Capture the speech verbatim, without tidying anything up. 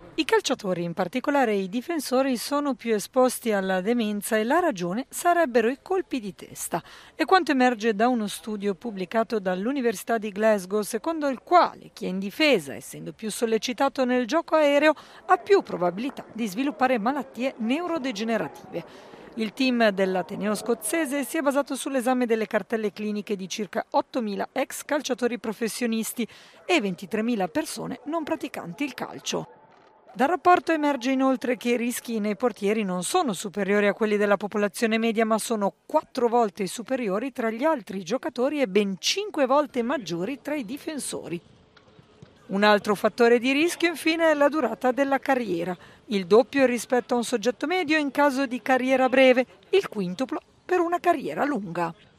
I calciatori, in particolare i difensori, sono più esposti alla demenza e la ragione sarebbero i colpi di testa. È quanto emerge da uno studio pubblicato dall'Università di Glasgow, secondo il quale chi è in difesa, essendo più sollecitato nel gioco aereo, ha più probabilità di sviluppare malattie neurodegenerative. Il team dell'Ateneo scozzese si è basato sull'esame delle cartelle cliniche di circa ottomila ex calciatori professionisti e ventitremila persone non praticanti il calcio. Dal rapporto emerge inoltre che i rischi nei portieri non sono superiori a quelli della popolazione media, ma sono quattro volte superiori tra gli altri giocatori e ben cinque volte maggiori tra i difensori. Un altro fattore di rischio, infine, è la durata della carriera, il doppio rispetto a un soggetto medio in caso di carriera breve, il quintuplo per una carriera lunga.